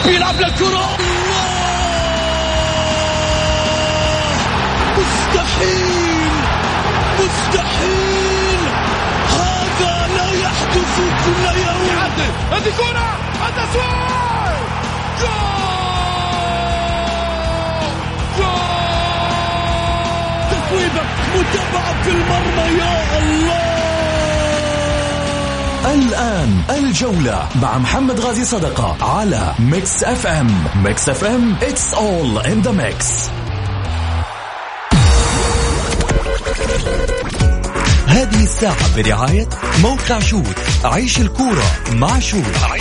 بيلعب للكرة، مستحيل مستحيل، هذا لا يحدث كل يوم. هذه كرة التسويق، جول تسويبة متابعة في المرمى، يا الله. الآن الجولة مع محمد غازي صدقة على ميكس اف ام. ميكس اف ام it's all in the mix. هذه الساعة برعاية موقع شوت. عيش الكورة مع شوت.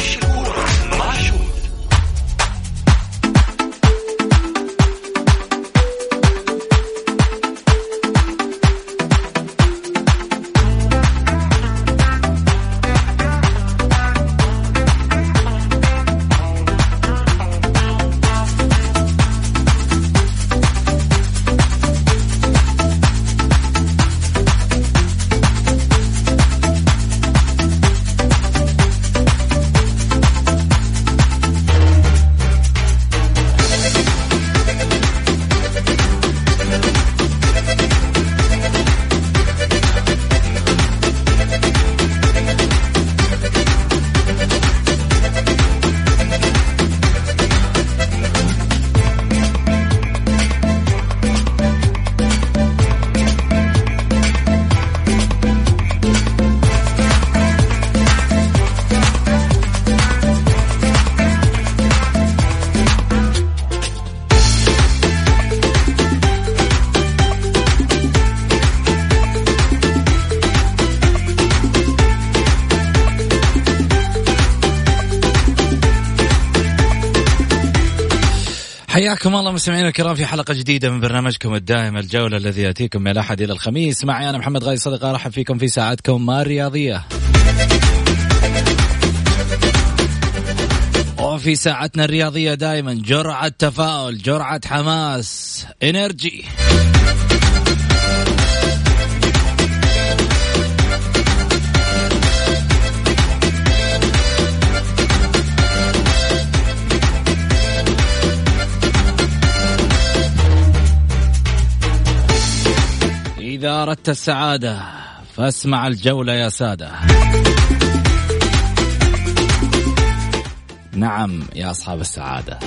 حياكم الله مستمعينا الكرام في حلقة جديدة من برنامجكم الدائم الجولة الذي يأتيكم من الأحد إلى الخميس. معي أنا محمد غازي صدقة، أرحب فيكم في ساعتكم الرياضية. وفي ساعتنا الرياضية دائما جرعة تفاؤل، جرعة حماس، إنرجي. إذا أردت السعادة فاسمع الجولة يا سادة. نعم يا أصحاب السعادة.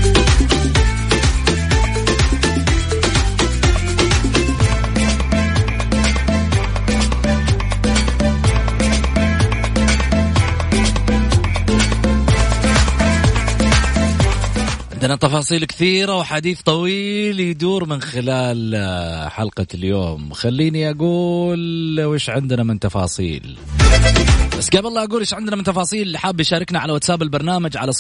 عندنا تفاصيل كثيرة وحديث طويل يدور من خلال حلقة اليوم. خليني أقول وش عندنا من تفاصيل، بس قبل لا أقول وش عندنا من تفاصيل اللي حاب يشاركنا على واتساب البرنامج على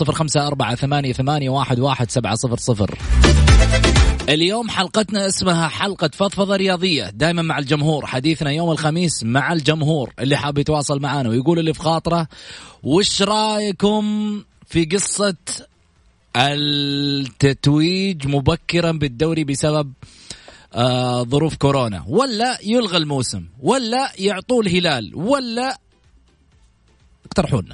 0548811700. اليوم حلقتنا اسمها حلقة فضفضة رياضية، دائما مع الجمهور. حديثنا يوم الخميس مع الجمهور اللي حاب يتواصل معنا ويقول اللي في خاطره. وش رأيكم في قصة التتويج مبكرا بالدوري بسبب ظروف كورونا، ولا يلغى الموسم، ولا يعطوه الهلال، ولا اقترحونا.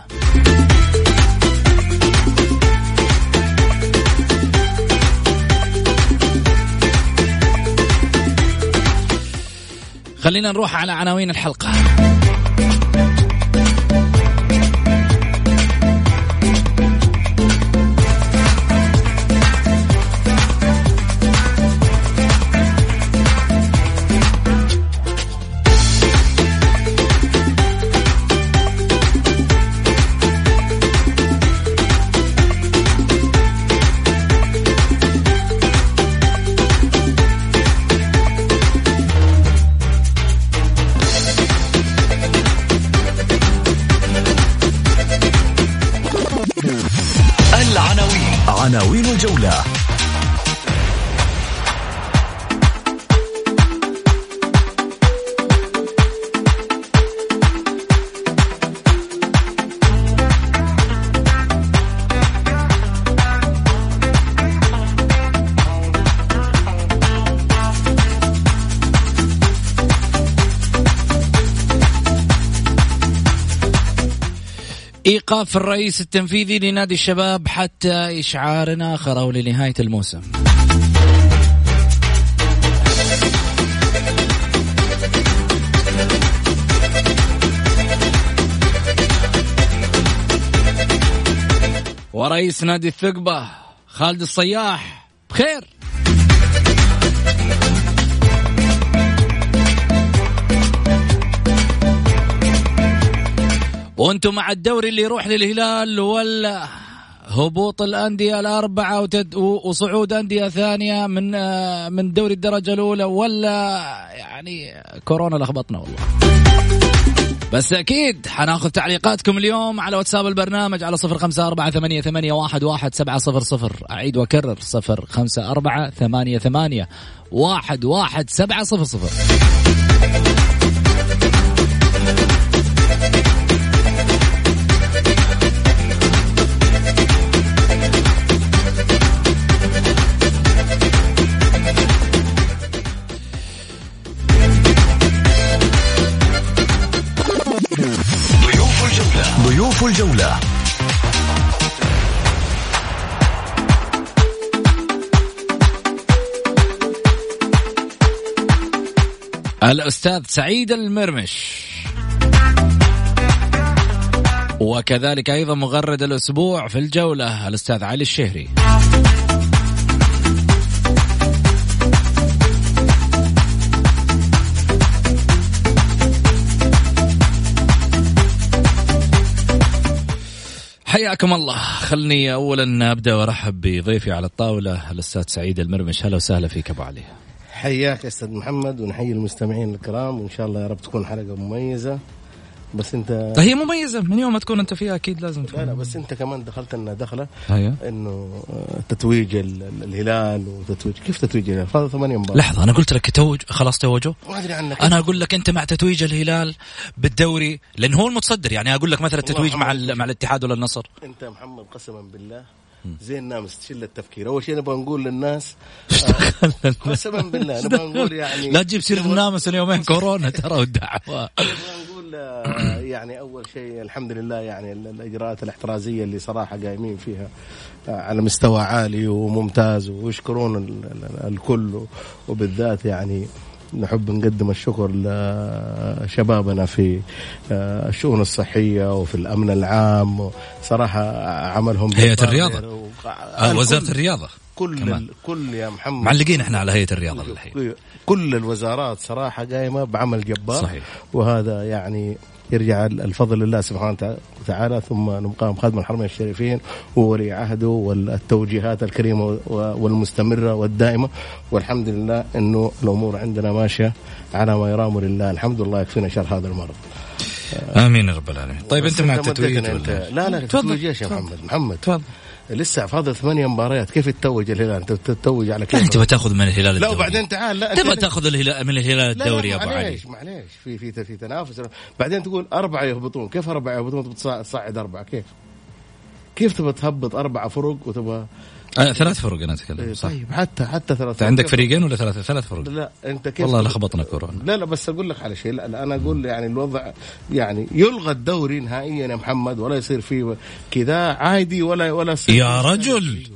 خلينا نروح على عناوين الحلقة. عناوين الجولة. إيقاف الرئيس التنفيذي لنادي الشباب حتى إشعار آخر أو لنهاية الموسم. ورئيس نادي الثقبة خالد الصياح بخير. وانتم مع الدوري اللي يروح للهلال ولا هبوط الأندية الأربعة وصعود أندية ثانية من دوري الدرجة الأولى، ولا يعني كورونا لخبطنا والله. بس أكيد حناخذ تعليقاتكم اليوم على واتساب البرنامج على 0548811700. أعيد وأكرر 0548811700. ضيوف الجولة. الأستاذ سعيد المرمش، وكذلك أيضا مغرد الأسبوع في الجولة الأستاذ علي الشهري. حياكم الله. خلني أولا أبدأ وأرحب بضيفي على الطاولة الأستاذ سعيد المرمش. هلا وسهلا فيك أبو علي. حياك يا أستاذ محمد، ونحيي المستمعين الكرام، وإن شاء الله يا رب تكون حلقة مميزة. بس أنت هي مميزة من يوم ما تكون أنت فيها أكيد لازم تكون. لا بس أنت كمان دخلت لنا دخلة إنه تتويج الهلال وتتويج. كيف تتويج الهلال؟ فاضل 8 مباريات. لحظة، أنا قلت لك خلاص توجه. ما أدري عنك. أنا أقول لك أنت مع تتويج الهلال بالدوري لأن هو المتصدر، يعني أقول لك مثلا التتويج مع الاتحاد ولا النصر. أنت محمد قسما بالله زي الناس تشيل التفكير. أول شيء نبغى نقول للناس قسما بالله نبغى نقول يعني لا تجيب سيرة الناموس اليومين كورونا ترى والدعوة. نبغى نقول يعني أول شيء الحمد لله يعني الإجراءات الاحترازية اللي صراحة قايمين فيها على مستوى عالي وممتاز، ويشكرون الكل، وبالذات يعني نحب نقدم الشكر لشبابنا في الشؤون الصحية وفي الأمن العام. صراحة عملهم هيئة الرياضة، وزارة الرياضة، كل يا محمد معلقين احنا على هيئة الرياضة الحين. كل الوزارات صراحة قائمة بعمل جبار. صحيح. وهذا يعني يرجع الفضل لله سبحانه وتعالى، ثم نقام خادم الحرمين الشريفين وولي عهده والتوجيهات الكريمة والمستمرة والدائمة. والحمد لله إنه الأمور عندنا ماشية على ما يرام لله. الحمد لله يكفينا شر هذا المرض. آمين يا رب العالمين. طيب أنت مع التتويج ولا لا تتويج يا محمد تفضل. لسه فاضل 8 مباريات. كيف تتوج الهلال؟ انت تتوج على كيف؟ انت بتاخذ من الهلال الدوري. لا وبعدين تعال، لا تبغى تاخذ من الهلال الدوري يا ابو علي. معليش في تنافس. بعدين تقول 4 يهبطون. كيف 4 يهبطون بتصعد 4؟ كيف تبغى تهبط 4 فرق وتبغى 3 فرق أنا أتكلم. طيب حتى 3. عندك فريقين ولا 3 فرق؟ لا أنت كيف والله لخبطنا كورونا. لا بس أقول لك على شيء. لا أنا أقول يعني الوضع يعني يلغى الدوري نهائيا يا محمد، ولا يصير فيه كذا عادي ولا يا رجل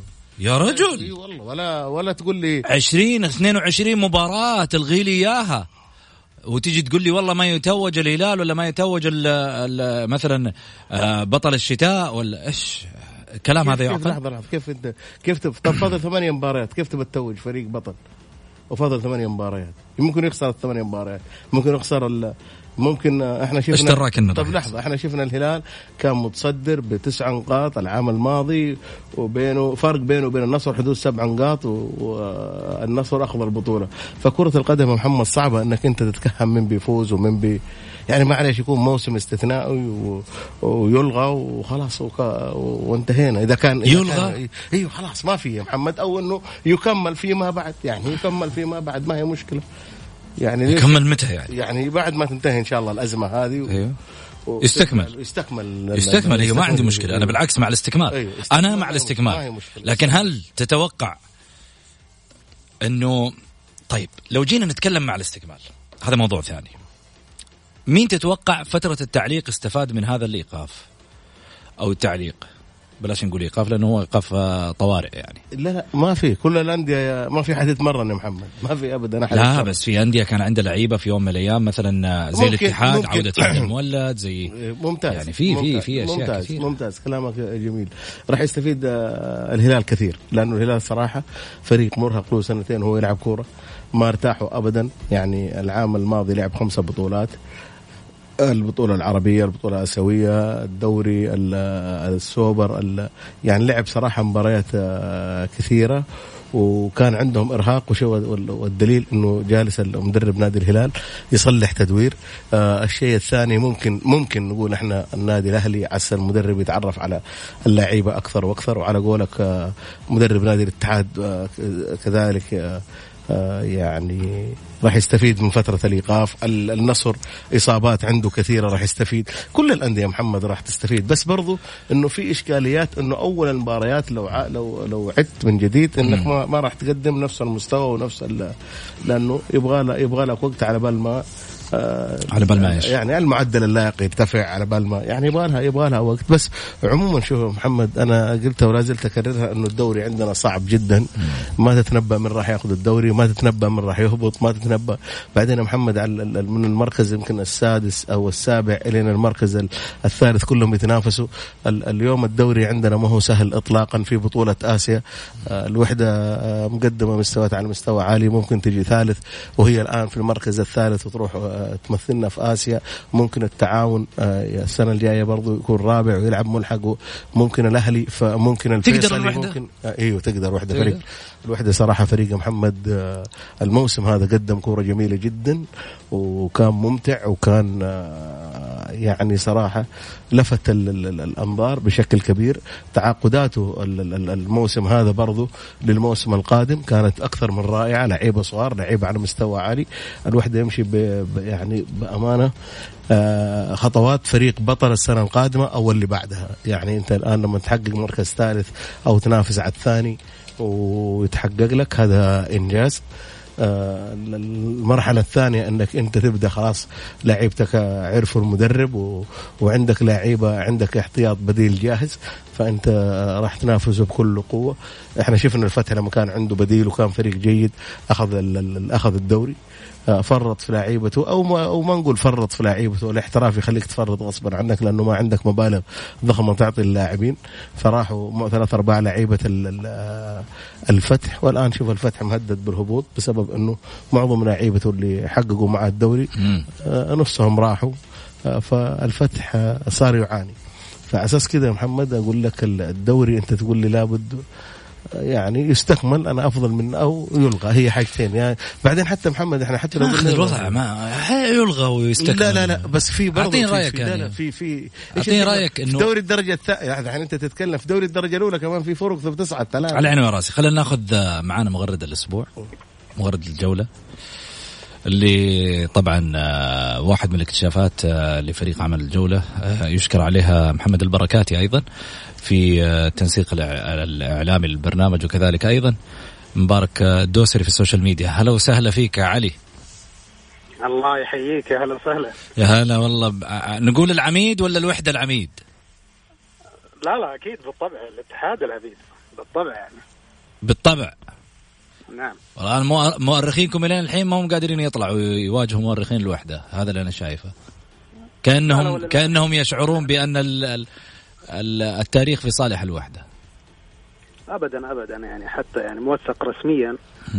والله ولا تقول لي 22 مباراة تلغي لي إياها وتيجي تقول لي والله ما يتوج الهلال ولا ما يتوج مثلا بطل الشتاء ولا إيش الكلام هذا؟ يعقل؟ لحظة كيف فاضل 8 مباريات. كيف تتوج فريق بطل وفاضل 8 مباريات؟ ممكن يخسر 8 مباريات، ممكن يخسر ممكن احنا شفنا. طب لحظة، احنا شفنا الهلال كان متصدر ب9 نقاط العام الماضي، وبينه فرق بينه وبين النصر حدود 7 نقاط، والنصر أخذ البطولة. فكرة القدم محمد صعبة انك انت تتكهن من بيفوز ومن يعني معلش يكون موسم استثنائي ويلغى وخلاص وانتهينا. إذا كان يلغى ايوه خلاص ما في يا محمد، او انه يكمل فيما بعد. يعني يكمل فيما بعد ما هي مشكلة. يعني يكمل متى يعني بعد ما تنتهي إن شاء الله الأزمة هذه أيوه. يستكمل. أيوه ما عندي مشكلة. أنا بالعكس مع الاستكمال. أيوه. أنا مع الاستكمال. لكن هل تتوقع أنه طيب لو جينا نتكلم مع الاستكمال، هذا موضوع ثاني. مين تتوقع فترة التعليق استفاد من هذا الإيقاف؟ أو التعليق؟ بلاش نقول إيقاف لأنه هو إيقاف طوارئ يعني. لا ما في، كل الأندية ما في حد يتمرن يا محمد، ما في أبدا أحد. لا بس في أندية كان عندها لعيبة في يوم من الأيام مثلا زي الاتحاد عودة المولد زي ممتاز يعني في أشياء ممتاز كثير. ممتاز كلامك جميل. راح يستفيد الهلال كثير لأنه الهلال صراحة فريق مرهق له سنتين هو يلعب كورة ما ارتاحوا أبدا. يعني العام الماضي لعب 5 بطولات، البطولة العربية، البطولة الآسيوية، الدوري، السوبر، يعني لعب صراحة مباريات كثيرة وكان عندهم إرهاق. والدليل أنه جالس المدرب نادي الهلال يصلح تدوير. الشيء الثاني ممكن نقول إحنا النادي الأهلي عسى المدرب يتعرف على اللاعيبة أكثر وأكثر. وعلى قولك مدرب نادي الاتحاد كذلك يعني راح يستفيد من فترة الإيقاف. النصر إصابات عنده كثيرة راح يستفيد. كل الأندية محمد راح تستفيد، بس برضو إنه في إشكاليات إنه أول المباريات لو عدت من جديد إنك ما راح تقدم نفس المستوى ونفس لأنه يبغى لك وقت على بال ما يعني المعدل اللائق يرتفع، على بال ما يعني يبغى لها وقت. بس عموما شوف محمد، انا قلتها ولا زلت اكررها انه الدوري عندنا صعب جدا. ما تتنبأ من راح ياخذ الدوري، ما تتنبأ من راح يهبط، ما تتنبأ بعدين محمد من المركز يمكن السادس او السابع الى المركز الثالث كلهم يتنافسوا. اليوم الدوري عندنا ما هو سهل اطلاقا. في بطولة آسيا الوحدة مقدمة مستويات على مستوى عالي، ممكن تجي ثالث وهي الآن في المركز الثالث وتروح تمثلنا في آسيا. ممكن التعاون السنة الجاية برضو يكون رابع ويلعب ملحق. ممكن الأهلي، فممكن الفيصلي، ممكن ايوه تقدر وحدة. فريق الوحدة صراحة فريق محمد الموسم هذا قدم كورة جميلة جدا وكان ممتع وكان يعني صراحة لفت الأنظار بشكل كبير. تعاقداته الموسم هذا برضو للموسم القادم كانت أكثر من رائعة. لعيبة صغار، لعيبة على مستوى عالي. الوحدة يمشي يعني بأمانة خطوات فريق بطل السنة القادمة أو اللي بعدها. يعني أنت الآن لما تحقق مركز ثالث أو تنافس على الثاني ويتحقق لك هذا إنجاز. المرحلة الثانية أنك أنت تبدأ خلاص لاعيبتك عرفوا المدرب وعندك لاعيبة، عندك احتياط بديل جاهز، فأنت راح تنافسه بكل قوة. احنا شفنا الفتح لما كان عنده بديل وكان فريق جيد أخذ الدوري. فرط في لاعيبته أو ما نقول فرط في لاعيبته، الاحتراف يخليك تفرط غصبا عنك لأنه ما عندك مبالغ ضخمة تعطي اللاعبين. فراحوا 3-4 لاعيبة الفتح، والآن شوف الفتح مهدد بالهبوط بسبب أنه معظم لاعيبته اللي حققوا مع الدوري نصهم راحوا. فالفتح صار يعاني. فأساس كده محمد أقول لك الدوري أنت تقول لي لابد يعني يستكمل، أنا أفضل من أو يلغى، هي حاجتين يعني. بعدين حتى محمد إحنا حتى لو قلنا الوضع ما يلغى ويستكمل، لا بس في برضه أعطيني رأيك يعني. أعطيني رأيك إنه دوري الدرجة يعني أنت تتكلم في دوري الدرجة الأولى كمان في فرق بتصعد 3 على عيني وراسي. خلينا ناخذ معانا مغرد الأسبوع، مغرد الجولة، اللي طبعا واحد من الاكتشافات لفريق عمل الجولة يشكر عليها محمد البركاتي أيضا في التنسيق الإعلامي للبرنامج، وكذلك أيضا مبارك الدوسري في السوشيال ميديا. هلا وسهلا فيك يا علي. الله يحييك، يا هلا وسهلا. يا هلا والله. نقول العميد ولا الوحدة العميد؟ لا أكيد بالطبع الاتحاد العميد بالطبع يعني. بالطبع نعم. والآن مؤرخينكم إلى الحين ما هم قادرين يطلعوا يواجهوا مؤرخين الوحدة، هذا اللي أنا شايفه. كأنهم يشعرون بأن التاريخ في صالح الوحدة. أبدا يعني حتى يعني موثق رسميا،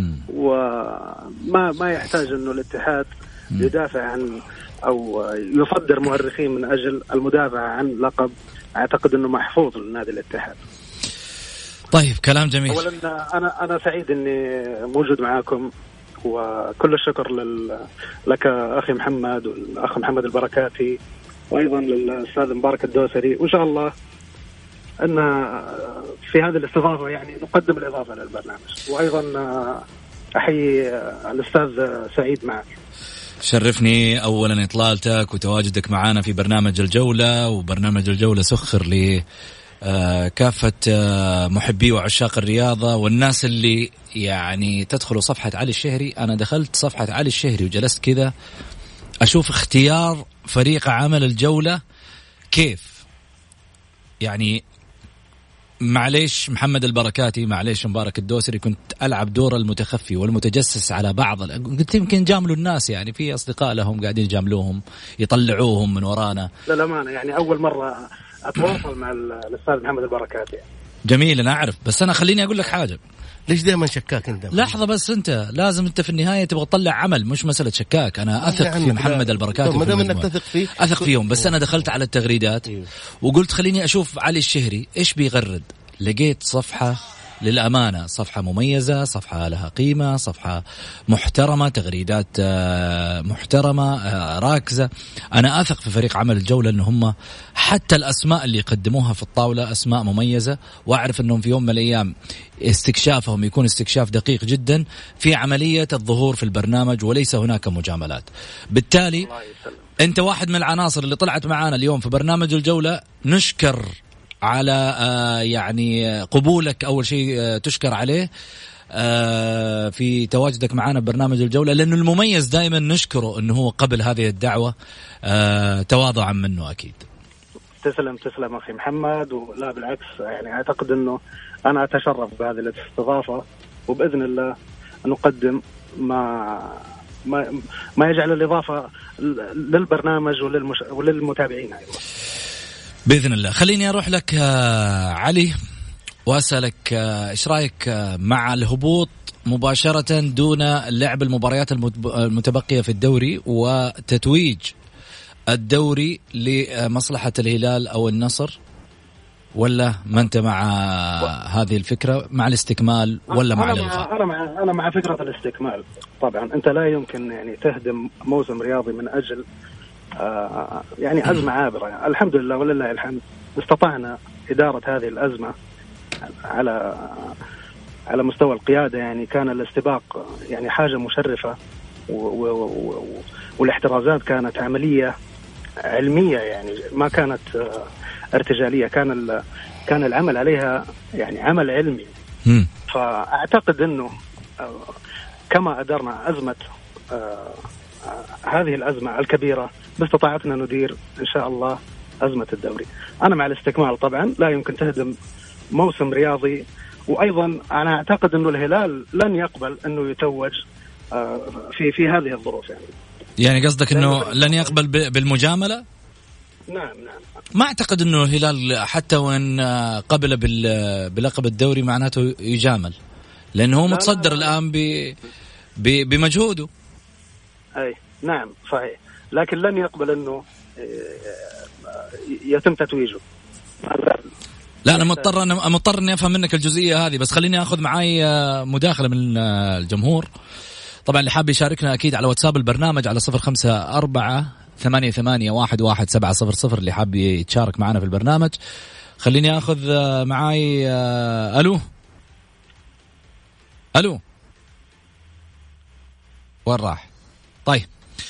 وما يحتاج إنه الاتحاد يدافع عن أو يصدر مؤرخين من أجل المدافع عن لقب أعتقد إنه محفوظ لنادي الاتحاد. طيب كلام جميل. أولا أنا سعيد إني موجود معاكم، وكل الشكر لك أخي محمد والأخ محمد البركاتي، وأيضا للأستاذ مبارك الدوسري. وإن شاء الله أن في هذه الاستضافة يعني نقدم الإضافة للبرنامج. وأيضا أحيي الأستاذ سعيد معك. شرفني أولا إطلالتك وتواجدك معنا في برنامج الجولة، وبرنامج الجولة سخر كافة محبي وعشاق الرياضة والناس اللي يعني تدخلوا صفحة علي الشهري. أنا دخلت صفحة علي الشهري وجلست كذا أشوف اختيار فريق عمل الجولة كيف يعني معليش محمد البركاتي، معليش مبارك الدوسري، كنت ألعب دور المتخفي والمتجسس على بعض. قلت يمكن جاملوا الناس، يعني في أصدقاء لهم قاعدين يجاملوهم يطلعوهم من ورانا. للأمانة يعني أول مرة أتواصل مع الأستاذ محمد البركاتي. جميل، أنا أعرف، بس أنا خليني أقول لك حاجة. ليش دائما شكاك انت؟ لحظة بس، انت لازم انت في النهاية تبغى تطلع عمل، مش مسألة شكاك. انا اثق في محمد البركاتي، ما دام انك تثق فيه اثق فيهم. بس انا دخلت على التغريدات وقلت خليني اشوف علي الشهري ايش بيغرد. لقيت صفحة للأمانة صفحة مميزة، صفحة لها قيمة، صفحة محترمة، تغريدات محترمة راكزة. أنا أثق في فريق عمل الجولة أن هم حتى الأسماء اللي يقدموها في الطاولة أسماء مميزة، وأعرف أنهم في يوم من الأيام استكشافهم يكون استكشاف دقيق جدا في عملية الظهور في البرنامج، وليس هناك مجاملات. بالتالي أنت واحد من العناصر اللي طلعت معانا اليوم في برنامج الجولة، نشكر على يعني قبولك أول شيء تشكر عليه في تواجدك معنا ببرنامج الجولة، لأنه المميز دائما نشكره أنه هو قبل هذه الدعوة تواضعا منه. أكيد تسلم أخي محمد، ولا بالعكس يعني أعتقد أنه أنا أتشرف بهذه الاستضافة، وبإذن الله نقدم ما يجعل الإضافة للبرنامج وللمتابعين أيضا بإذن الله. خليني أروح لك علي وأسألك إيش رأيك مع الهبوط مباشرة دون لعب المباريات المتبقية في الدوري وتتويج الدوري لمصلحة الهلال أو النصر، ولا ما أنت مع هذه الفكرة، مع الاستكمال ولا مع الإلغاء؟ أنا مع فكرة الاستكمال طبعا. أنت لا يمكن يعني تهدم موسم رياضي من أجل يعني أزمة عابرة. الحمد لله ولله الحمد استطعنا إدارة هذه الأزمة على مستوى القيادة. يعني كان الاستباق يعني حاجة مشرفة، والاحترازات كانت عملية علمية، يعني ما كانت ارتجالية. كان العمل عليها يعني عمل علمي. فأعتقد أنه كما أدرنا أزمة هذه الأزمة الكبيرة باستطاعتنا ندير إن شاء الله أزمة الدوري. أنا مع الاستكمال طبعا، لا يمكن تهدم موسم رياضي. وأيضا أنا أعتقد أنه الهلال لن يقبل أنه يتوج في هذه الظروف. يعني قصدك أنه لن يقبل بالمجاملة؟ نعم. ما أعتقد أنه الهلال حتى وإن قبل بلقب الدوري معناته يجامل، لأنه هو متصدر الآن بمجهوده. أي نعم صحيح، لكن لن يقبل أنه يتم تتويجه. لا أنا مضطر إني أفهم منك الجزئية هذه، بس خليني أخذ معي مداخلة من الجمهور. طبعا اللي حاب يشاركنا أكيد على واتساب البرنامج على 0548811700 اللي حاب يتشارك معنا في البرنامج. خليني أخذ معي ألو وين راح؟ طيب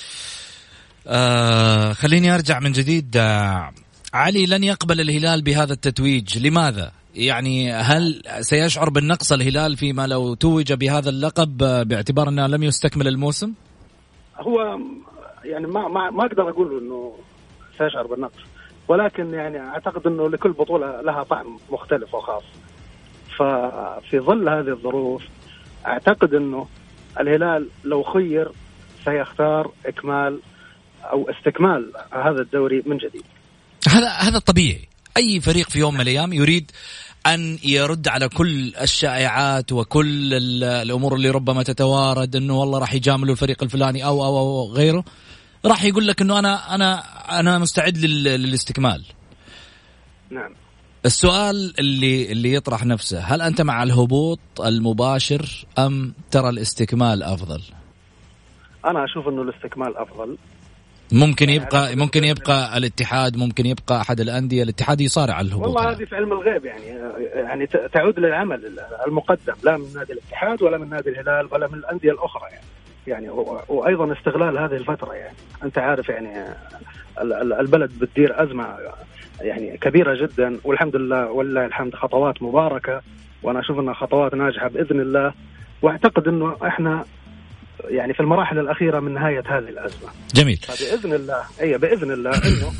خليني أرجع من جديد. علي، لن يقبل الهلال بهذا التتويج، لماذا؟ يعني هل سيشعر بالنقص الهلال فيما لو توج بهذا اللقب باعتبار أنه لم يستكمل الموسم؟ هو يعني ما أقدر أقول أنه سيشعر بالنقص، ولكن يعني أعتقد أنه لكل بطولة لها طعم مختلف وخاص. ففي ظل هذه الظروف أعتقد أنه الهلال لو خير سيختار إكمال أو استكمال هذا الدوري من جديد. هذا طبيعي. أي فريق في يوم من الأيام يريد أن يرد على كل الشائعات وكل الأمور اللي ربما تتوارد، أنه والله راح يجاملوا الفريق الفلاني أو غيره، راح يقول لك أنه أنا مستعد للاستكمال. نعم. السؤال اللي يطرح نفسه، هل أنت مع الهبوط المباشر أم ترى الاستكمال أفضل؟ أنا أشوف أنه الاستكمال أفضل. ممكن يبقى الاتحاد، ممكن يبقى أحد الأندية. الاتحاد يصارع على الهبوط. والله هذه في علم الغيب، يعني تعود للعمل المقدم، لا من نادي الاتحاد ولا من نادي الهلال ولا من الأندية الأخرى. يعني وأيضا استغلال هذه الفترة. يعني أنت عارف يعني البلد بتدير أزمة يعني كبيرة جدا، والحمد لله والله الحمد خطوات مباركة، وأنا أشوف أنها خطوات ناجحة بإذن الله. وأعتقد أنه إحنا يعني في المراحل الأخيرة من نهاية هذه الأزمة. جميل. بإذن الله بإذن الله إنه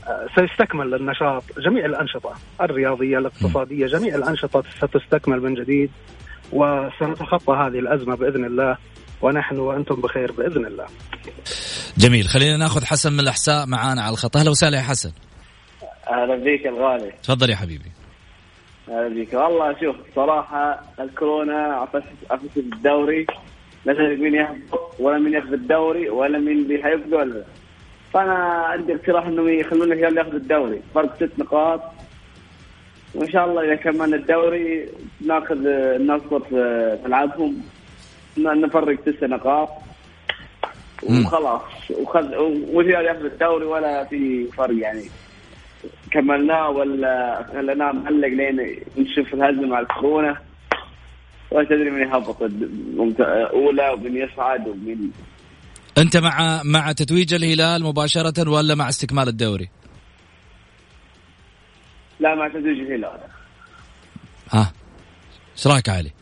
سيستكمل النشاط، جميع الأنشطة الرياضية الاقتصادية، جميع الأنشطة ستستكمل من جديد، وسنتخطى هذه الأزمة بإذن الله، ونحن وأنتم بخير بإذن الله. جميل. خلينا ناخذ حسن من الأحساء معانا على الخط. أهلا وسهلا يا حسن. أهلا بيك الغالي. تفضل يا حبيبي. أهلا بيك. والله شوف صراحة الكورونا عفت الدوري، لا تدري مين يهبط ولا مين ياخذ الدوري ولا مين بيحيبقى ولا. فأنا عندي اقتراح إنه يخلونا الهلال ياخذ الدوري، فرق 6 نقاط، وإن شاء الله إذا كملنا الدوري ناخذ النصر في ملعبهم، نفرق 9 نقاط وخلاص، والهلال ياخذ الدوري ولا في فرق يعني. كملناه ولا خليناه معلق لين نشوف الهزيمة مع الكورونا، ولا تدري من يهبط أولى ومن يصعد ومن. أنت مع تتويج الهلال مباشرة ولا مع استكمال الدوري؟ لا، مع تتويج الهلال. ايش رايك علي؟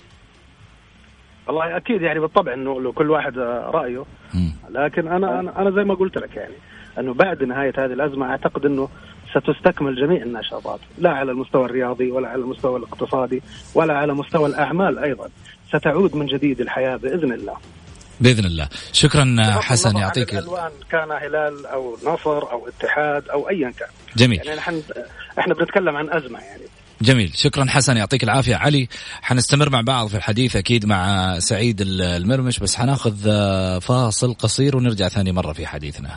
والله أكيد يعني بالطبع إنه لو كل واحد رأيه، لكن أنا زي ما قلت لك يعني أنه بعد نهاية هذه الأزمة أعتقد أنه ستستكمل جميع النشاطات، لا على المستوى الرياضي ولا على المستوى الاقتصادي ولا على مستوى الأعمال، أيضا ستعود من جديد الحياة بإذن الله. بإذن الله. شكرا حسن، يعطيك الألوان، كان هلال أو نصر أو اتحاد أو أيا كان. جميل. يعني احنا بنتكلم عن أزمة يعني. جميل. شكرا حسن، يعطيك العافية. علي، حنستمر مع بعض في الحديث أكيد مع سعيد المرمش، بس حناخذ فاصل قصير ونرجع ثاني مرة في حديثنا.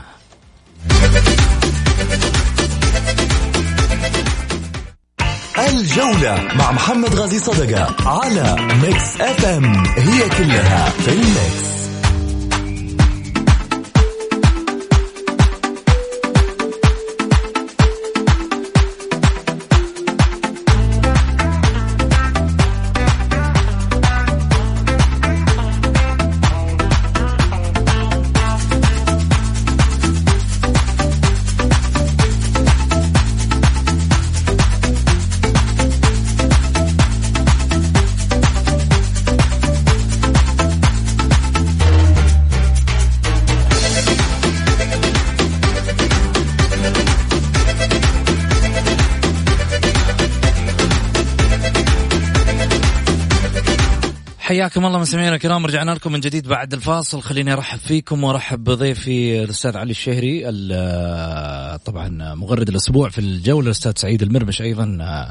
الجولة مع محمد غازي صدقة على ميكس اف ام، هي كلها في الميكس. حياكم الله مستمعينا الكرام، رجعنا لكم من جديد بعد الفاصل. خليني ارحب فيكم وارحب بضيفي الاستاذ علي الشهري، طبعا مغرد الاسبوع في الجوله، الاستاذ سعيد المرمش ايضا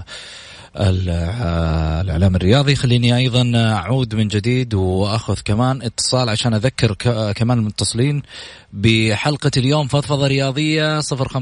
الاعلام الرياضي. خليني ايضا اعود من جديد واخذ كمان اتصال عشان اذكر كمان المتصلين بحلقه اليوم فضفضه رياضيه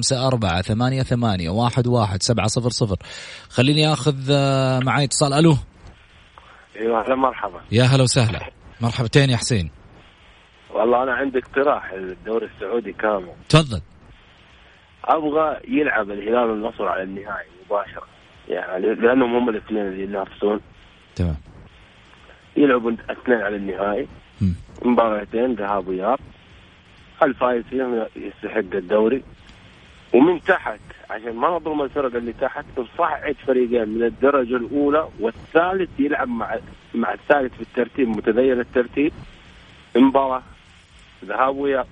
0548811700. خليني اخذ معي اتصال. الو. ايوه اهلا مرحبا. يا هلا وسهلا. مرحبتين يا حسين. والله انا عندي اقتراح الدوري السعودي كامل. تفضل. ابغى يلعب الهلال والنصر على النهائي مباشره، يعني لانهم هم الاثنين اللي ينافسون. تمام. يلعبوا الاثنين على النهائي، مباراتين ذهاب واياب، الفايز فيهم يستحق الدوري. ومن تحت عشان ما نظلم الفرق اللي تحت، تصعد فريقين من الدرجة الأولى والثالث يلعب مع الثالث في الترتيب، متذيل الترتيب، مباراة ذهاب وإياب.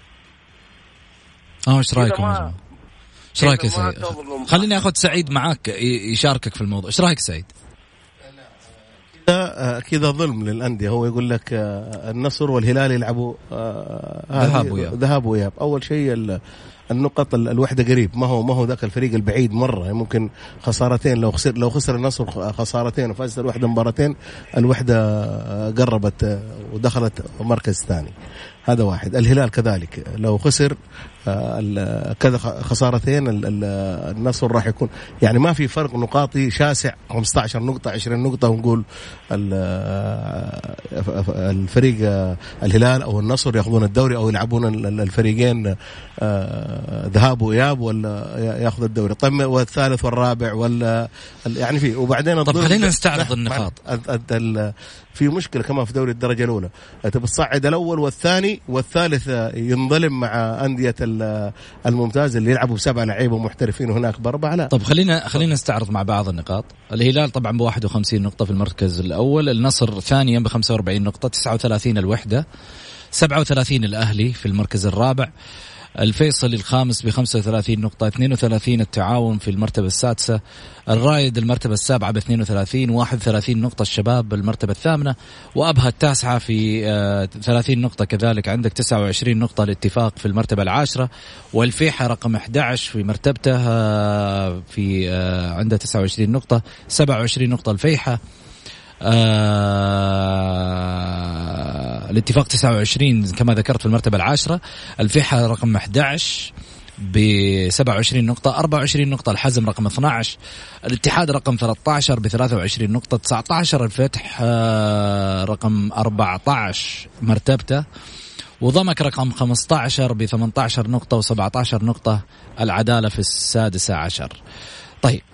ايش رايكم؟ ايش رايك يا سعيد؟ خليني اخذ سعيد معاك يشاركك في الموضوع. ايش رايك سعيد؟ كذا ظلم للأندية. هو يقول لك النصر والهلال يلعبوا ذهاب وإياب. أول شيء النقط الوحدة قريب، ما هو ذاك الفريق البعيد مرة. ممكن خسارتين، لو خسر النصر خسارتين وفازت الوحدة مباراتين، الوحدة قربت ودخلت مركز ثاني. هذا واحد. الهلال كذلك لو خسر كذا خسارتين النصر راح يكون يعني ما في فرق نقاطي شاسع 15 نقطة 20 نقطة ونقول الفريق الهلال أو النصر يأخذون الدوري أو يلعبون الفريقين ذهاب وإياب ولا يأخذ الدوري. طيب والثالث والرابع ولا يعني في. وبعدين طب خلينا نستعرض النقاط. في مشكلة كمان في دوري الدرجة الأولى، تبصعد الأول والثاني والثالث ينظلم مع أندية الممتاز اللي يلعبوا ب7 لعيبة محترفين وهناك ب4. لا طب خلينا نستعرض مع بعض النقاط. الهلال طبعا ب51 نقطة في المركز الأول، النصر ثانيا ب45 نقطة، 39 الوحدة، 37 الأهلي في المركز الرابع، الفيصلي الخامس ب35 نقطة، 32 التعاون في المرتبة السادسة، الرايد المرتبة السابعة ب32، 31 نقطة الشباب بالمرتبة الثامنة، وأبها التاسعة في 30 نقطة كذلك، عندك 29 نقطة الاتفاق في المرتبة العاشرة، والفيحة رقم 11 في مرتبته في عنده 29 نقطة، 27 نقطة الفيحة، الاتفاق 29 كما ذكرت في المرتبة العاشرة، الفيحة رقم 11 ب27 نقطة، 24 نقطة الحزم رقم 12، الاتحاد رقم 13 ب23 نقطة، 19 الفتح رقم 14 مرتبته، وضمك رقم 15 ب18 نقطة و17 نقطة العدالة في السادسة عشر. طيب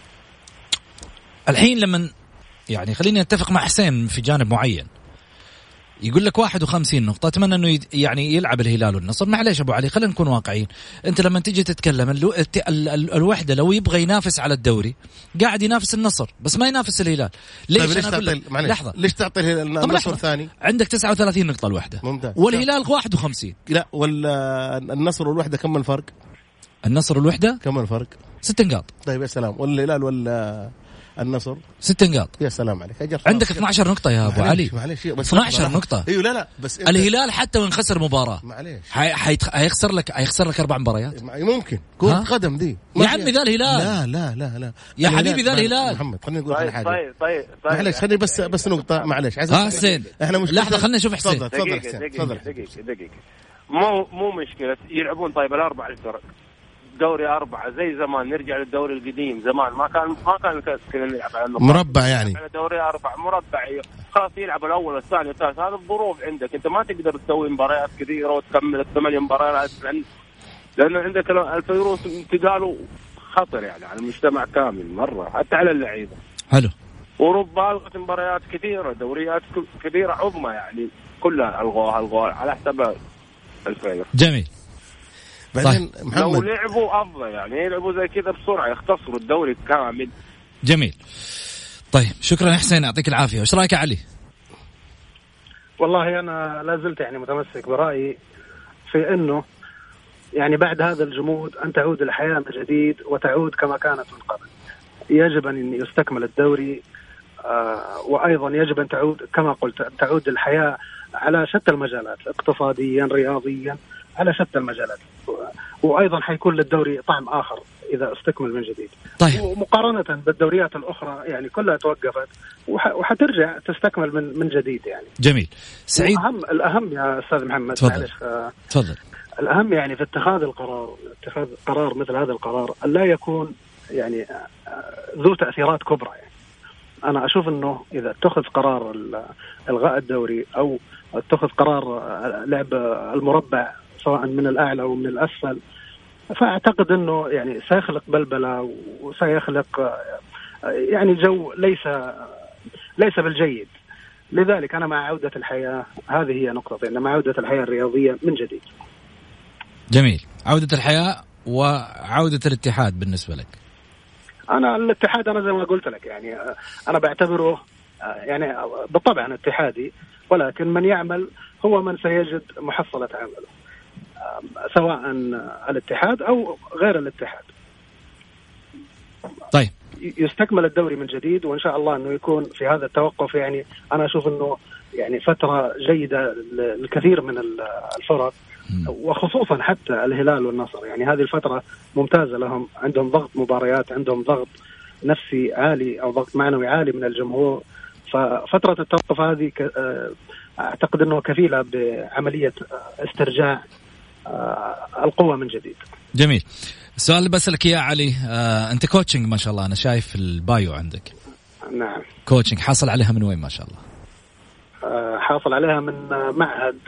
الحين لما يعني خليني أتفق مع حسين في جانب معين، يقول لك 51 نقطة، أتمنى أنه يعني يلعب الهلال والنصر. معليش أبو علي، خلينا نكون واقعيين. أنت لما تيجي تتكلم الوحدة لو يبغى ينافس على الدوري قاعد ينافس النصر بس ما ينافس الهلال. ليش أنا أقول لك لحظة، ليش تعطي الهلال النصر ثاني؟ عندك 39 نقطة الوحدة ممتاز، والهلال 51. لا والنصر والوحدة كم الفرق؟ النصر والوحدة كم الفرق؟ 6 نقاط. طيب يا سلام. والهلال النصر 6 نقاط. يا سلام عليك. عندك 12 نقطة يا أبو علي. معليش 12 نقطة. ايوه لا بس الهلال حتى وإن خسر مباراة معليش هيخسر لك 4 مباريات. ممكن كرة قدم دي يا عمي ذا الهلال. لا يا حبيبي ذا الهلال. محمد خلينا نقول على حاجة. طيب معلش خليني بس نقطة معلش. حسين احنا لحظة خلينا نشوف حسين. تفضل. دقيقة. مو مشكلة يلعبون. طيب الأربع الفرق دوري 4 زي زمان، نرجع للدوري القديم زمان ما كان الكاس كنا نلعب على مربع يعني على دوري 4 مربع. خلاص يلعب الأول والثاني والثالث. هذا الظروف عندك أنت ما تقدر تسوي مباريات كثيرة وتكمل 8 مباريات لأنه عندك الفيروس انتقاله خطر يعني على المجتمع كامل مرة حتى على اللعيبة. حلو. أوروبا ألغت مباريات كثيرة، دوريات كثيرة عظمى يعني كلها ألغوها على حساب الفيروس. جميل. بعدين لو لعبوا أفضل يعني يلعبوا زي كذا بسرعة يختصروا الدوري كامل. جميل. طيب شكرا يا حسين، يعطيك العافية. وش رأيك يا علي؟ والله أنا لازلت يعني متمسك برأيي في أنه يعني بعد هذا الجمود أن تعود الحياة من جديد وتعود كما كانت من قبل. يجب أن يستكمل الدوري وأيضا يجب أن تعود كما قلت تعود الحياة على شتى المجالات، اقتصاديا رياضيا على شتى المجالات، وأيضا حيكون للدوري طعم آخر إذا استكمل من جديد. طيب. ومقارنة بالدوريات الأخرى يعني كلها توقفت وحترجع تستكمل من جديد يعني. جميل. سعيد. الأهم يا أستاذ محمد تفضل. الأهم يعني في اتخاذ قرار مثل هذا القرار لا يكون يعني ذو تأثيرات كبرى. يعني أنا أشوف أنه إذا اتخذ قرار إلغاء الدوري أو اتخذ قرار لعب المربع سواء من الأعلى أو من الأسفل، فأعتقد أنه يعني سيخلق بلبلة وسيخلق يعني جو ليس بالجيد. لذلك أنا مع عودة الحياة، هذه هي نقطتي، أنا مع عودة الحياة الرياضية من جديد. جميل. عودة الحياة وعودة الاتحاد بالنسبة لك؟ أنا الاتحاد أنا زي ما قلت لك يعني أنا بعتبره يعني بالطبع أنا اتحادي، ولكن من يعمل هو من سيجد محصلة عمله سواء الاتحاد أو غير الاتحاد. طيب يستكمل الدوري من جديد وإن شاء الله أنه يكون في هذا التوقف. يعني أنا أشوف أنه يعني فترة جيدة للكثير من الفرق وخصوصا حتى الهلال والنصر، يعني هذه الفترة ممتازة لهم، عندهم ضغط مباريات، عندهم ضغط نفسي عالي أو ضغط معنوي عالي من الجمهور. ففترة التوقف هذه أعتقد أنه كفيلة بعملية استرجاع القوة من جديد. جميل. السؤال اللي بسألك يا علي، أنت كوتشنج ما شاء الله، أنا شايف البايو عندك. نعم. كوتشنج حصل عليها من وين ما شاء الله؟ حاصل عليها من معهد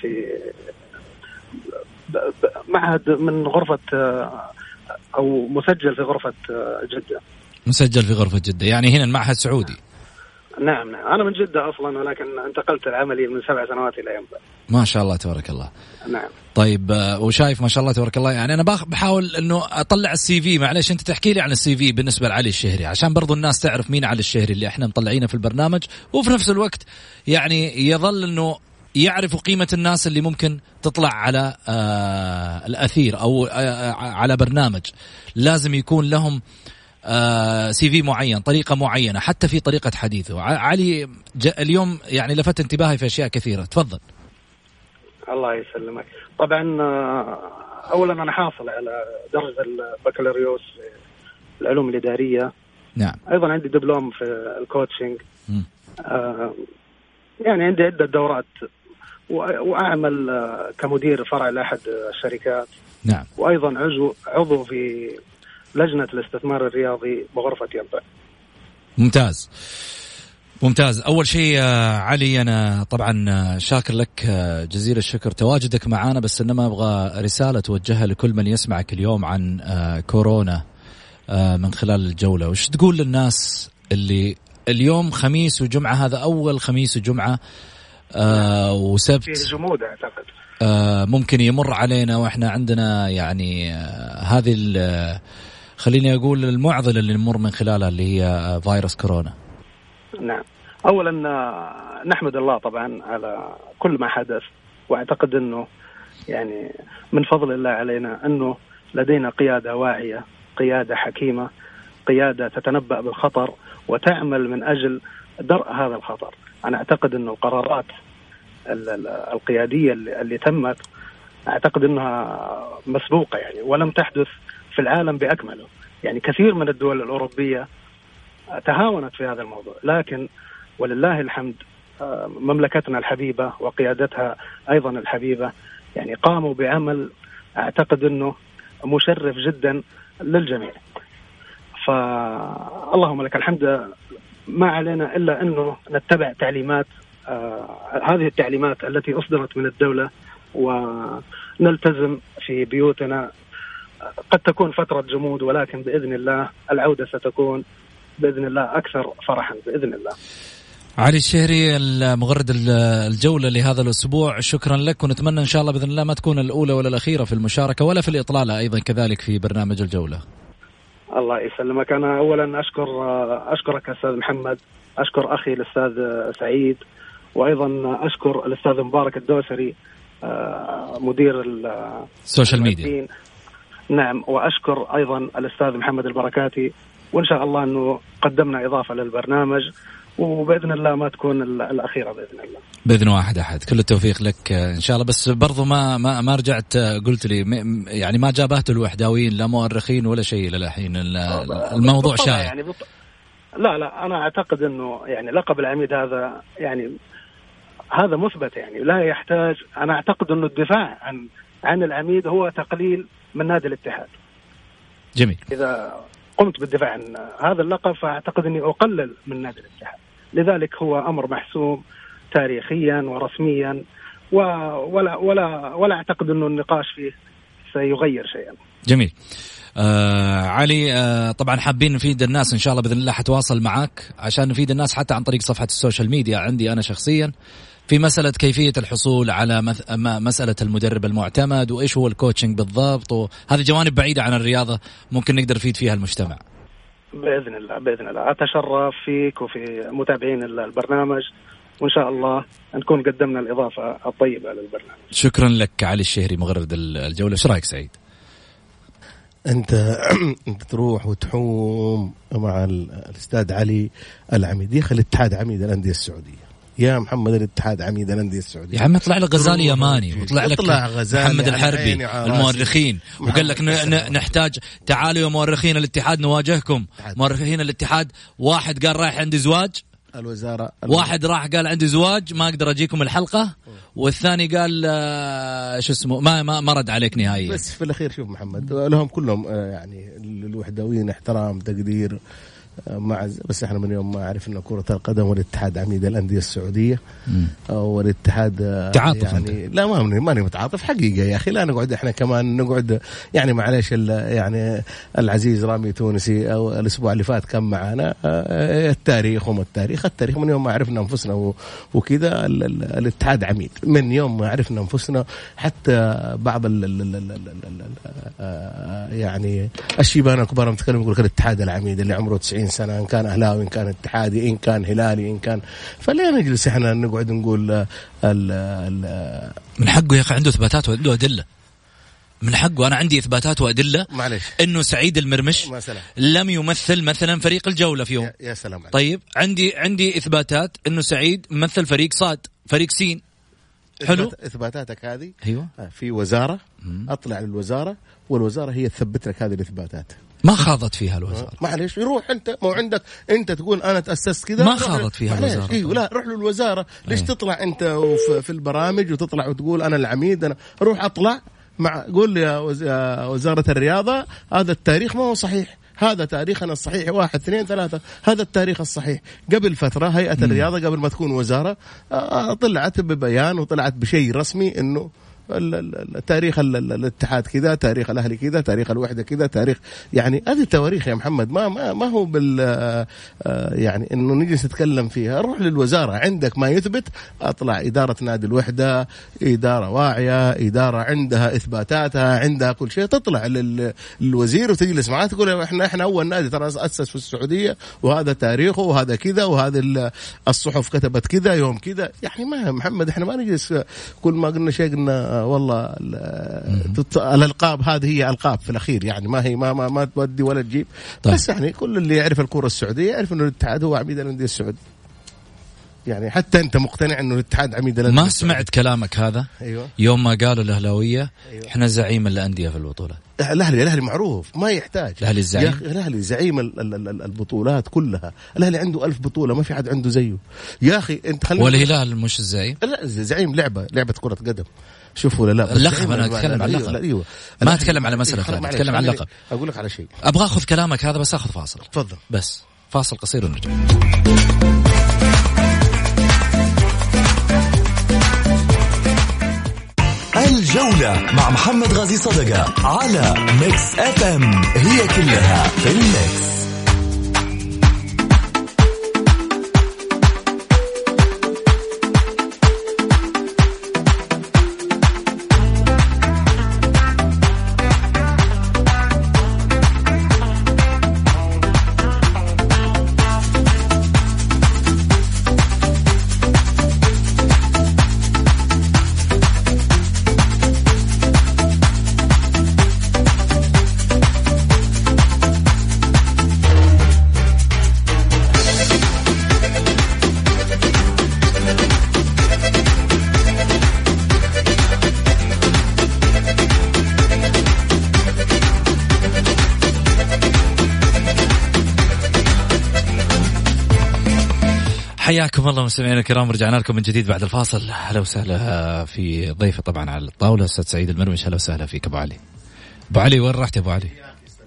معهد من غرفة أو مسجل في غرفة جدة. مسجل في غرفة جدة، يعني هنا المعهد سعودي. نعم أنا من جدة أصلا ولكن انتقلت العملي من 7 سنوات إلى ينبع. ما شاء الله تبارك الله. نعم. طيب وشايف ما شاء الله تبارك الله، يعني أنا بحاول إنه أطلع السي في. معلش أنت تحكي لي عن السي في بالنسبة لعلي الشهري عشان برضو الناس تعرف مين علي الشهري اللي إحنا مطلعينه في البرنامج، وفي نفس الوقت يعني يظل إنه يعرفوا قيمة الناس اللي ممكن تطلع على الأثير أو على برنامج. لازم يكون لهم سي في معين، طريقة معينة، حتى في طريقة حديثه. علي اليوم يعني لفت انتباهي في أشياء كثيرة. تفضل. الله يسلمك. طبعا أولا أنا حاصل على درجة البكالوريوس في العلوم الإدارية. نعم. أيضا عندي دبلوم في الكوتشنج. يعني عندي عدة دورات، وأعمل كمدير فرع لأحد الشركات. نعم. وأيضا عضو في لجنة الاستثمار الرياضي بغرفة ينبع. ممتاز ممتاز. أول شيء علي، أنا طبعا شاكر لك جزيل الشكر تواجدك معنا، بس إنما أبغى رسالة توجهها لكل من يسمعك اليوم عن كورونا من خلال الجولة. وش تقول للناس اللي اليوم خميس وجمعة، هذا أول خميس وجمعة وسبت في جمود أعتقد ممكن يمر علينا، وإحنا عندنا يعني هذه خليني أقول المعضلة اللي نمر من خلالها اللي هي فيروس كورونا. نعم. أولا نحمد الله طبعا على كل ما حدث، وأعتقد أنه يعني من فضل الله علينا أنه لدينا قيادة واعية، قيادة حكيمة، قيادة تتنبأ بالخطر وتعمل من أجل درء هذا الخطر. أنا أعتقد أنه القرارات القيادية اللي تمت أعتقد أنها مسبوقة يعني، ولم تحدث في العالم بأكمله. يعني كثير من الدول الأوروبية تهاونت في هذا الموضوع، لكن ولله الحمد مملكتنا الحبيبة وقيادتها أيضا الحبيبة يعني قاموا بعمل أعتقد أنه مشرف جدا للجميع. فاللهم لك الحمد، ما علينا إلا أنه نتبع تعليمات هذه التعليمات التي أصدرت من الدولة، ونلتزم في بيوتنا. قد تكون فترة جمود، ولكن بإذن الله العودة ستكون بإذن الله أكثر فرحا بإذن الله. علي الشهري، مغرد الجولة لهذا الأسبوع، شكرا لك، ونتمنى إن شاء الله بإذن الله ما تكون الأولى ولا الأخيرة في المشاركة ولا في الإطلالة أيضا كذلك في برنامج الجولة. الله يسلمك. أنا أولا أشكرك أستاذ محمد، أشكر أخي الأستاذ سعيد، وأيضا أشكر الأستاذ مبارك الدوسري مدير السوشيال ميديا. نعم. وأشكر أيضا الأستاذ محمد البركاتي، وإن شاء الله أنه قدمنا إضافة للبرنامج، وبإذن الله ما تكون الأخيرة بإذن الله. بإذن واحد أحد. كل التوفيق لك إن شاء الله. بس برضو ما رجعت قلت لي يعني ما جابهت الوحداويين لا مؤرخين ولا شيء للحين. الموضوع شائع يعني لا أنا أعتقد أنه يعني لقب العميد هذا يعني هذا مثبت، يعني لا يحتاج. أنا أعتقد أنه الدفاع عن العميد هو تقليل من نادي الاتحاد. جميل. إذا قمت بالدفاع عن هذا اللقب فأعتقد أني أقلل من نادي الاتحاد، لذلك هو أمر محسوم تاريخيا ورسميا، ولا أعتقد أنه النقاش فيه سيغير شيئا. جميل. علي، طبعا حابين نفيد الناس إن شاء الله بإذن الله، حتواصل معك عشان نفيد الناس حتى عن طريق صفحة السوشيال ميديا عندي أنا شخصيا في مسألة كيفية الحصول على مسألة المدرب المعتمد وإيش هو الكوتشنج بالضبط، وهذه جوانب بعيدة عن الرياضة ممكن نقدر نفيد فيها المجتمع. بإذن الله أتشرف فيك وفي متابعين البرنامج، وإن شاء الله نكون قدمنا الإضافة الطيبة للبرنامج. شكرا لك علي الشهري مغرد الجولة. ايش رايك سعيد؟ انت تروح وتحوم مع الاستاذ علي العميد، يا اخي الاتحاد عميد الانديه السعوديه، يا محمد الاتحاد عميد الانديه السعوديه. يا عم اطلع لك غزالي يماني، وطلع لك محمد الحربي المؤرخين، وقال لك نحتاج تعالوا يا مؤرخين الاتحاد نواجهكم. مؤرخين الاتحاد، واحد قال رايح عندي زواج الوزارة، واحد راح قال عندي زواج ما أقدر أجيكم الحلقة، والثاني قال شو اسمه ما رد عليك نهائيا. بس في الأخير شوف محمد، لهم كلهم يعني الوحدويين احترام تقدير بس احنا من يوم ما عرفنا كرة القدم والاتحاد عميد الأندية السعودية والاتحاد تعاطف يعني لا ماني متعاطف حقيقة يا أخي. لا نقعد احنا كمان نقعد يعني معليش يعني العزيز رامي تونسي أو الأسبوع اللي فات كان معنا التاريخ التاريخ من يوم ما عرفنا أنفسنا وكذا الاتحاد عميد من يوم ما عرفنا أنفسنا. حتى بعض يعني الشيبان الكبار متكلم يقول الاتحاد العميد اللي عمره 90 40 سنة، إن كان أهلاوي إن كان اتحادي إن كان هلالي إن كان، فليه نجلس إحنا نقعد نقول من حقه يا أخي، عنده إثباتات وعنده أدلة، من حقه. أنا عندي إثباتات وأدلة إنه سعيد المرمش لم يمثل مثلا فريق الجولة في يوم. يا سلام عليك. طيب عندي إثباتات إنه سعيد مثل فريق صاد، فريق سين. حلو. إثباتاتك هذه أيوة. في وزارة أطلع للوزارة، والوزارة هي تثبت لك هذه الإثباتات، ما خاضت فيها الوزارة. معلش يروح أنت، مو عندك أنت تقول أنا تأسست كذا، ما خاضت فيها الوزارة. إيه لا، روح للوزارة. ليش تطلع أنت في البرامج وتطلع وتقول أنا العميد؟ أنا روح أطلع قول لي يا وزارة الرياضة هذا التاريخ ما هو صحيح، هذا تاريخنا الصحيح 1 2 3، هذا التاريخ الصحيح. قبل فترة هيئة الرياضة قبل ما تكون وزارة طلعت ببيان وطلعت بشيء رسمي إنه تاريخ الاتحاد كذا، تاريخ الأهلي كذا، تاريخ الوحدة كذا، تاريخ يعني هذه تواريخ يا محمد. ما هو يعني إنه نجلس نتكلم فيها. روح للوزارة، عندك ما يثبت، أطلع إدارة نادي الوحدة إدارة واعية، إدارة عندها إثباتاتها، عندها كل شيء، تطلع للوزير وتجلس معاه تقول إحنا أول نادي ترى أسس في السعودية، وهذا تاريخه، وهذا كذا، وهذا الصحف كتبت كذا يوم كذا. يعني ما محمد إحنا ما نجلس كل ما قلنا شيء قلنا والله الألقاب هذه هي ألقاب في الأخير، يعني ما هي ما تودي ولا تجيب. طيب. بس يعني كل اللي يعرف الكرة السعودية يعرف إنه الاتحاد هو عميد الأندية السعودية. يعني حتى أنت مقتنع إنه الاتحاد عميد الأندية. ما سمعت كلامك هذا؟ أيوة. يوم ما قالوا الأهلاوية أيوة. إحنا زعيم الأندية في البطولة. الأهلي معروف، ما يحتاج. الأهلي الزعيم. الأهلي زعيم البطولات كلها. الأهلي عنده 1000 بطولة، ما في حد عنده زيه يا أخي. أنت والهلال مش الزعيم؟ لا زعيم لعبة كرة قدم. شوفوا ولا لا؟ اللقب. أنا أتكلم عن اللقب. أيوة. ما أتكلم على مسألة ثانية، أتكلم عن اللقب. أقول لك على شيء. أبغى أخذ كلامك هذا بس أخذ فاصل. تفضل. بس فاصل قصير ونرجع. الجولة مع محمد غازي صدقة على ميكس اف ام، هي كلها في الميكس. حياكم الله مستمعينا الكرام، رجعنا لكم من جديد بعد الفاصل. هلا وسهلا في ضيفه طبعا على الطاوله استاذ سعيد المرمش. هلا وسهلا فيك ابو علي. ابو علي وين رحت يا ابو علي؟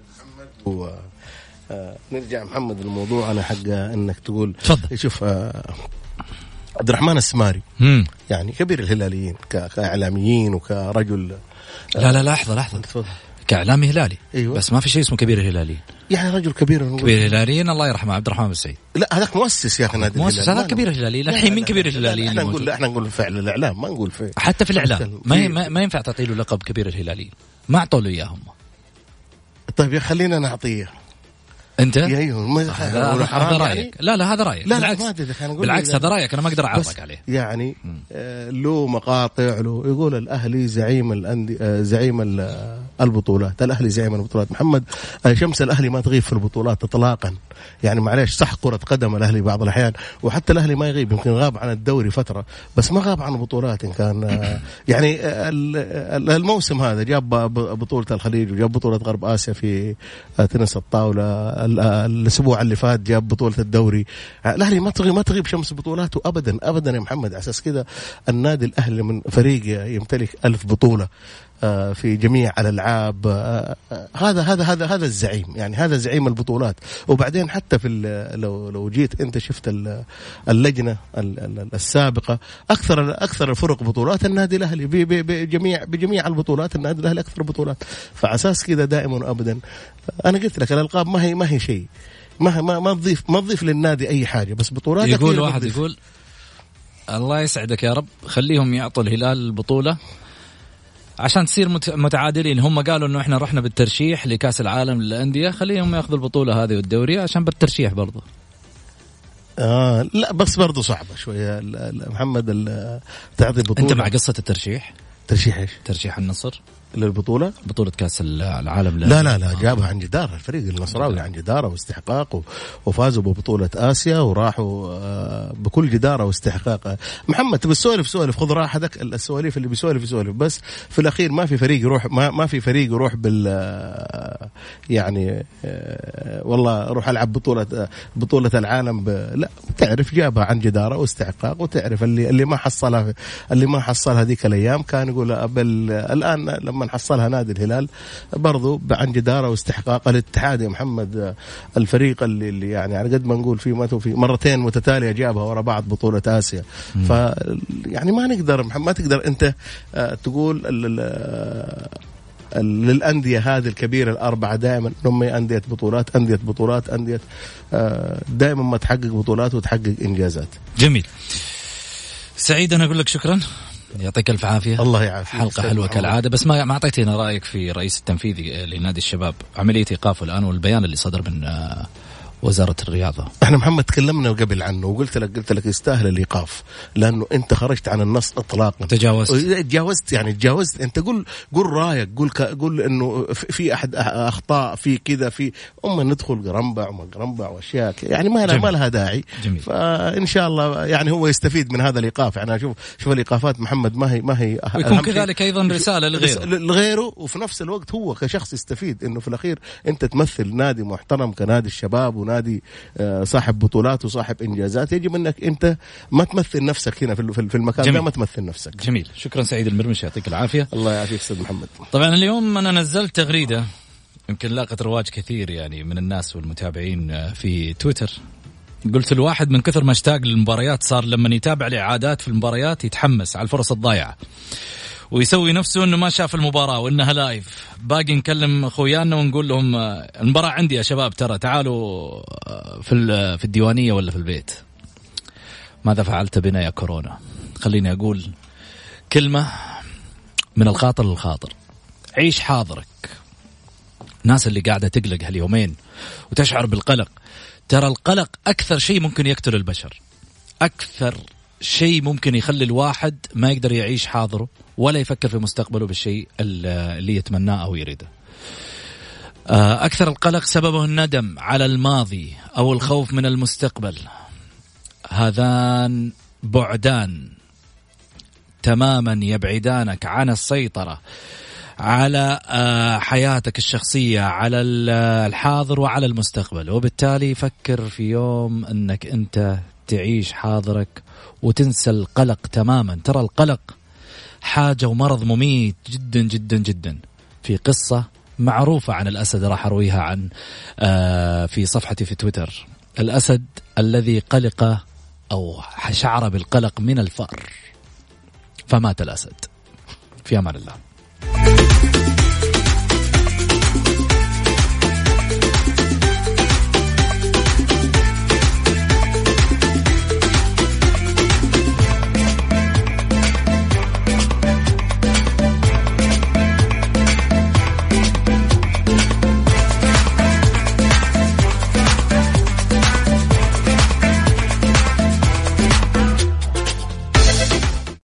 نرجع محمد الموضوع انا حق انك تقول. تفضل. شوف عبد الرحمن السماري يعني كبير الهلاليين كاعلاميين وكرجل. لا لحظه كاعلامي هلالي. أيوة. بس ما في شيء اسمه كبير الهلاليين. يعني رجل كبير الهلاليين الله يرحمه عبد الرحمن بن سعيد. لا هذاك مؤسس يا اخي نادي الهلال. مؤسس هذا كبير الهلاليين. الحين من كبير الهلاليين؟ احنا نقول فعل الاعلام، ما نقول فعل. حتى في الاعلام ما ينفع تعطي له لقب كبير الهلاليين، ما اعطوا له اياهم. طيب خلينا نعطيه انت. ايوه هذا رايك. لا هذا رايك. بالعكس هذا رايك، انا ما اقدر اعارضك عليه. يعني له مقاطع له يقول الاهلي زعيم البطولات. الاهلي زعيم البطولات. محمد شمس الاهلي ما تغيب في البطولات اطلاقا. يعني معليش صح كرة قدم الاهلي بعض الاحيان، وحتى الاهلي ما يغيب، يمكن غاب عن الدوري فترة بس ما غاب عن البطولات. إن كان يعني الموسم هذا جاب بطولة الخليج وجاب بطولة غرب آسيا في تنس الطاولة. الأسبوع اللي فات جاب بطولة الدوري. الأهلي ما تغيب شمس بطولاته أبدا يا محمد. أساس كذا النادي الأهلي من فريق يمتلك 1000 بطولة في جميع الألعاب. هذا الزعيم، يعني هذا زعيم البطولات. وبعدين حتى في لو جيت أنت شفت اللجنة السابقة، أكثر الفرق بطولات النادي الأهلي بجميع البطولات. النادي الأهلي أكثر بطولات. فأساس كذا دائما أبدا أنا قلت لك الألقاب ما هي شيء، ما تضيف للنادي أي حاجة، بس بطولات. يقول واحد يقول الله يسعدك يا رب خليهم يعطوا الهلال البطولة عشان تصير متعادلين. هم قالوا إنه إحنا رحنا بالترشيح لكأس العالم للأندية، خليهم يأخذوا البطولة هذه والدوري عشان بالترشيح برضه. لا بس برضه صعبة شوية محمد تعطي بطولة. أنت مع قصة الترشيح؟ ترشيح إيش؟ ترشيح النصر للبطولة، بطولة كأس العالم. لا جابها عن جدارة الفريق النصراوي عن جدارة واستحقاق، وفازوا ببطولة آسيا وراحوا بكل جدارة واستحقاق. محمد تبي سولف خذ راحتك، السواليف اللي بيسولف بس في الأخير ما في فريق يروح ما في فريق يروح يعني والله روح ألعب بطولة العالم لا، تعرف جابها عن جدارة واستحقاق، وتعرف اللي ما حصلها ذيك الأيام كان يقول الآن لما نحصلها نادي الهلال برضو عن جدارة واستحقاق. الاتحاد يا محمد الفريق اللي يعني على قد ما نقول فيه ما في مرتين متتالية جابها ورا بعض بطولة آسيا. يعني ما نقدر محمد، ما تقدر أنت تقول للأندية هذه الكبيرة الأربعة دائما هم أندية بطولات دائما ما تحقق بطولات وتحقق إنجازات. جميل سعيد، أنا أقول لك شكرا، يعطيك الف عافيه. الله يعافيك. حلقه حلوه كالعاده، بس ما اعطيتنا رايك في رئيس التنفيذي لنادي الشباب، عمليه ايقافه الان والبيان اللي صدر من وزارة الرياضة. احنا محمد تكلمنا قبل عنه وقلت لك يستاهل الإيقاف، لأنه أنت خرجت عن النص إطلاقا، تجاوزت أنت قول رايك، قول إنه في أحد أخطاء في كذا، في ندخل قرنبع وأشياء يعني ما لها داعي. جميل. فإن شاء الله يعني هو يستفيد من هذا الإيقاف. يعني شوف الإيقافات محمد ما هي ويكون كذلك أيضا رسالة لغيره وفي نفس الوقت هو كشخص يستفيد، إنه في الأخير أنت تمثل نادي محترم كنادي الشباب ونادي صاحب بطولات وصاحب إنجازات، يجب أنك أنت ما تمثل نفسك هنا في المكان ده، ما تمثل نفسك. جميل، شكرا سعيد المرمشي، يعطيك العافية. الله يعافيك أستاذ محمد. طبعا اليوم أنا نزلت تغريدة يمكن لاقت رواج كثير يعني من الناس والمتابعين في تويتر. قلت الواحد من كثر ما اشتاق للمباريات صار لما يتابع الإعادات في المباريات يتحمس على الفرص الضايعة ويسوي نفسه انه ما شاف المباراة وانها لايف. باقي نكلم اخويانا ونقول لهم المباراة عندي يا شباب، ترى تعالوا في الديوانية ولا في البيت. ماذا فعلت بنا يا كورونا؟ خليني اقول كلمة من الخاطر للخاطر، عيش حاضرك. الناس اللي قاعدة تقلق هاليومين وتشعر بالقلق، ترى القلق اكثر شيء ممكن يقتل البشر، اكثر شيء ممكن يخلي الواحد ما يقدر يعيش حاضره ولا يفكر في مستقبله بالشيء اللي يتمناه أو يريده. أكثر القلق سببه الندم على الماضي أو الخوف من المستقبل. هذان بعدان تماما يبعدانك عن السيطرة على حياتك الشخصية، على الحاضر وعلى المستقبل. وبالتالي فكر في يوم أنك أنت تعيش حاضرك وتنسى القلق تماما. ترى القلق حاجة ومرض مميت جدا جدا جدا. في قصة معروفة عن الأسد راح أرويها عن في صفحتي في تويتر. الأسد الذي قلق أو شعر بالقلق من الفأر فمات الأسد. في أمان الله.